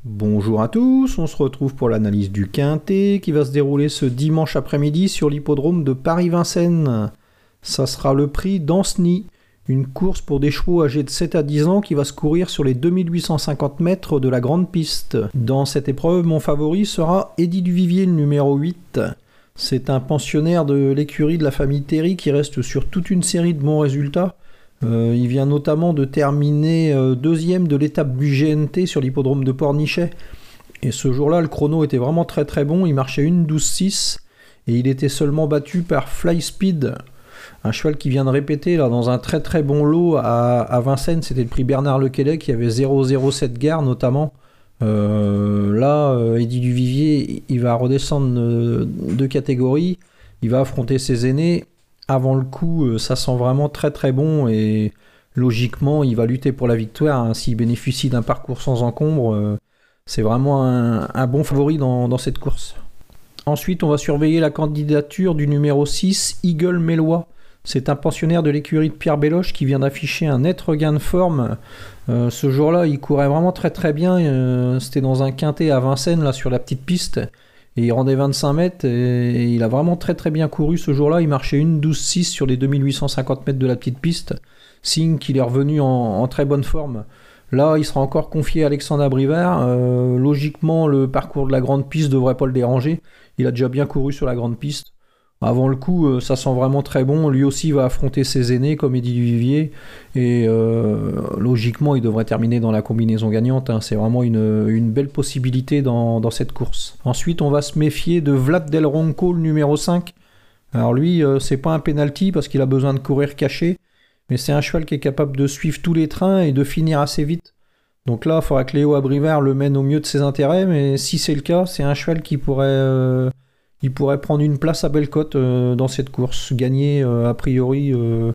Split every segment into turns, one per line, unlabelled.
Bonjour à tous, on se retrouve pour l'analyse du Quintet qui va se dérouler ce dimanche après-midi sur l'hippodrome de Paris-Vincennes. Ça sera le prix d'Anceny, une course pour des chevaux âgés de 7 à 10 ans qui va se courir sur les 2850 mètres de la grande piste. Dans cette épreuve, mon favori sera Eddie Duvivier, le numéro 8. C'est un pensionnaire de l'écurie de la famille Théry qui reste sur toute une série de bons résultats. Il vient notamment de terminer deuxième de l'étape du GNT sur l'hippodrome de Pornichet. Et ce jour-là, le chrono était vraiment très très bon. Il marchait 1:12,6 et il était seulement battu par Fly Speed, un cheval qui vient de répéter là, dans un très très bon lot à Vincennes. C'était le prix Bernard Lequelec qui avait 0,07 gare notamment. Eddie Duvivier, il va redescendre de catégorie. Il va affronter ses aînés. Avant le coup, ça sent vraiment très très bon et logiquement, il va lutter pour la victoire. S'il bénéficie d'un parcours sans encombre, c'est vraiment un bon favori dans cette course. Ensuite, on va surveiller la candidature du numéro 6, Eagle Mélois. C'est un pensionnaire de l'écurie de Pierre Belloche qui vient d'afficher un net regain de forme. Ce jour-là, il courait vraiment très très bien. C'était dans un quintet à Vincennes, là, sur la petite piste. Et il rendait 25 mètres et il a vraiment très très bien couru ce jour-là. Il marchait 1:12,6 sur les 2850 mètres de la petite piste. Signe qu'il est revenu en très bonne forme. Là, il sera encore confié à Alexandre Abrivard. Logiquement, le parcours de la grande piste ne devrait pas le déranger. Il a déjà bien couru sur la grande piste. Avant le coup, ça sent vraiment très bon. Lui aussi va affronter ses aînés comme Eddie Duvivier. Et logiquement, il devrait terminer dans la combinaison gagnante. C'est vraiment une belle possibilité dans cette course. Ensuite, on va se méfier de Vlad Del Ronco, le numéro 5. Alors lui, c'est pas un penalty parce qu'il a besoin de courir caché. Mais c'est un cheval qui est capable de suivre tous les trains et de finir assez vite. Donc là, il faudra que Léo Abrivard le mène au mieux de ses intérêts. Mais si c'est le cas, c'est un cheval qui pourrait... Il pourrait prendre une place à Bellecote dans cette course. Gagner, a priori,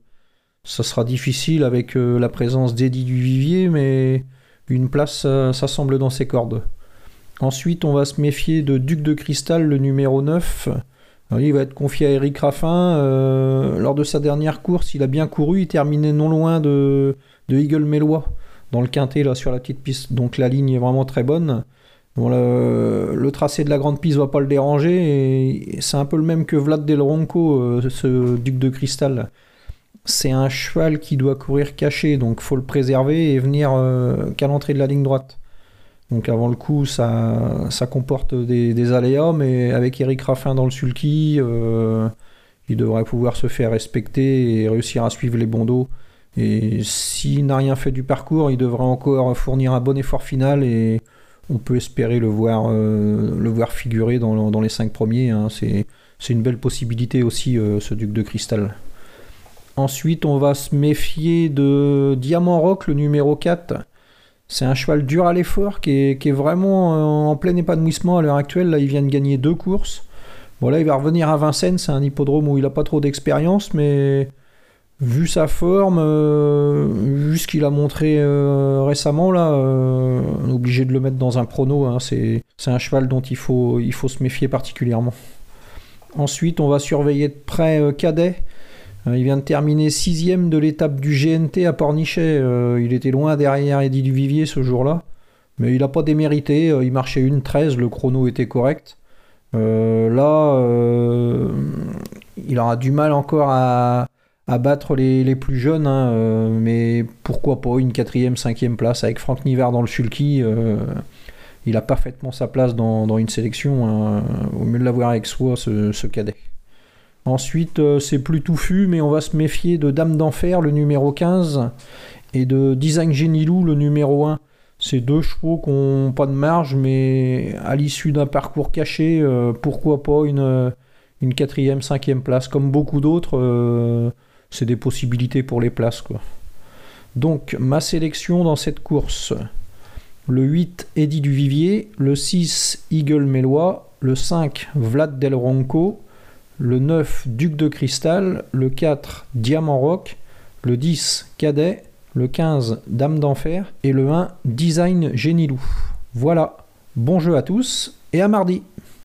ça sera difficile avec la présence d'Eddie Duvivier, mais une place, ça semble dans ses cordes. Ensuite, on va se méfier de Duc de Cristal, le numéro 9. Alors, il va être confié à Eric Raffin. Lors de sa dernière course, il a bien couru. Il terminait non loin de Eagle Mélois, dans le quintet, là, sur la petite piste. Donc la ligne est vraiment très bonne. Bon, le tracé de la grande piste va pas le déranger et c'est un peu le même que Vlad Del Ronco, ce Duc de Cristal. C'est un cheval qui doit courir caché, donc faut le préserver et venir qu'à l'entrée de la ligne droite. Donc avant le coup, ça comporte des aléas, mais avec Eric Raffin dans le sulky, il devrait pouvoir se faire respecter et réussir à suivre les bons dos. Et s'il n'a rien fait du parcours, il devrait encore fournir un bon effort final et on peut espérer le voir figurer dans les 5 premiers. C'est une belle possibilité aussi, ce Duc de Cristal. Ensuite, on va se méfier de Diamant Rock, le numéro 4. C'est un cheval dur à l'effort qui est vraiment en plein épanouissement à l'heure actuelle. Là, il vient de gagner 2 courses. Bon, là, il va revenir à Vincennes. C'est un hippodrome où il n'a pas trop d'expérience, mais... Vu sa forme, vu ce qu'il a montré récemment, là, on est obligé de le mettre dans un prono. C'est un cheval dont il faut se méfier particulièrement. Ensuite, on va surveiller de près Cadet. Il vient de terminer 6ème de l'étape du GNT à Pornichet. Il était loin derrière Eddie Duvivier ce jour-là. Mais il n'a pas démérité. Il marchait 1:13, le chrono était correct. Il aura du mal encore à battre les plus jeunes, mais pourquoi pas une 4ème, 5ème place avec Franck Nivard dans le sulky. Il a parfaitement sa place dans une sélection. Au mieux de l'avoir avec soi, ce cadet. Ensuite, c'est plus touffu, mais on va se méfier de Dame d'Enfer, le numéro 15, et de Design Genilou, le numéro 1. Ces 2 chevaux qui n'ont pas de marge, mais à l'issue d'un parcours caché, pourquoi pas une 4ème, 5ème place, comme beaucoup d'autres. C'est des possibilités pour les places, quoi. Donc, ma sélection dans cette course: le 8, Eddie Duvivier, le 6, Eagle Mélois, le 5, Vlad Del Ronco, le 9, Duc de Cristal, le 4, Diamant Rock, le 10, Cadet, le 15, Dame d'Enfer et le 1, Design Genilou. Voilà, bon jeu à tous et à mardi.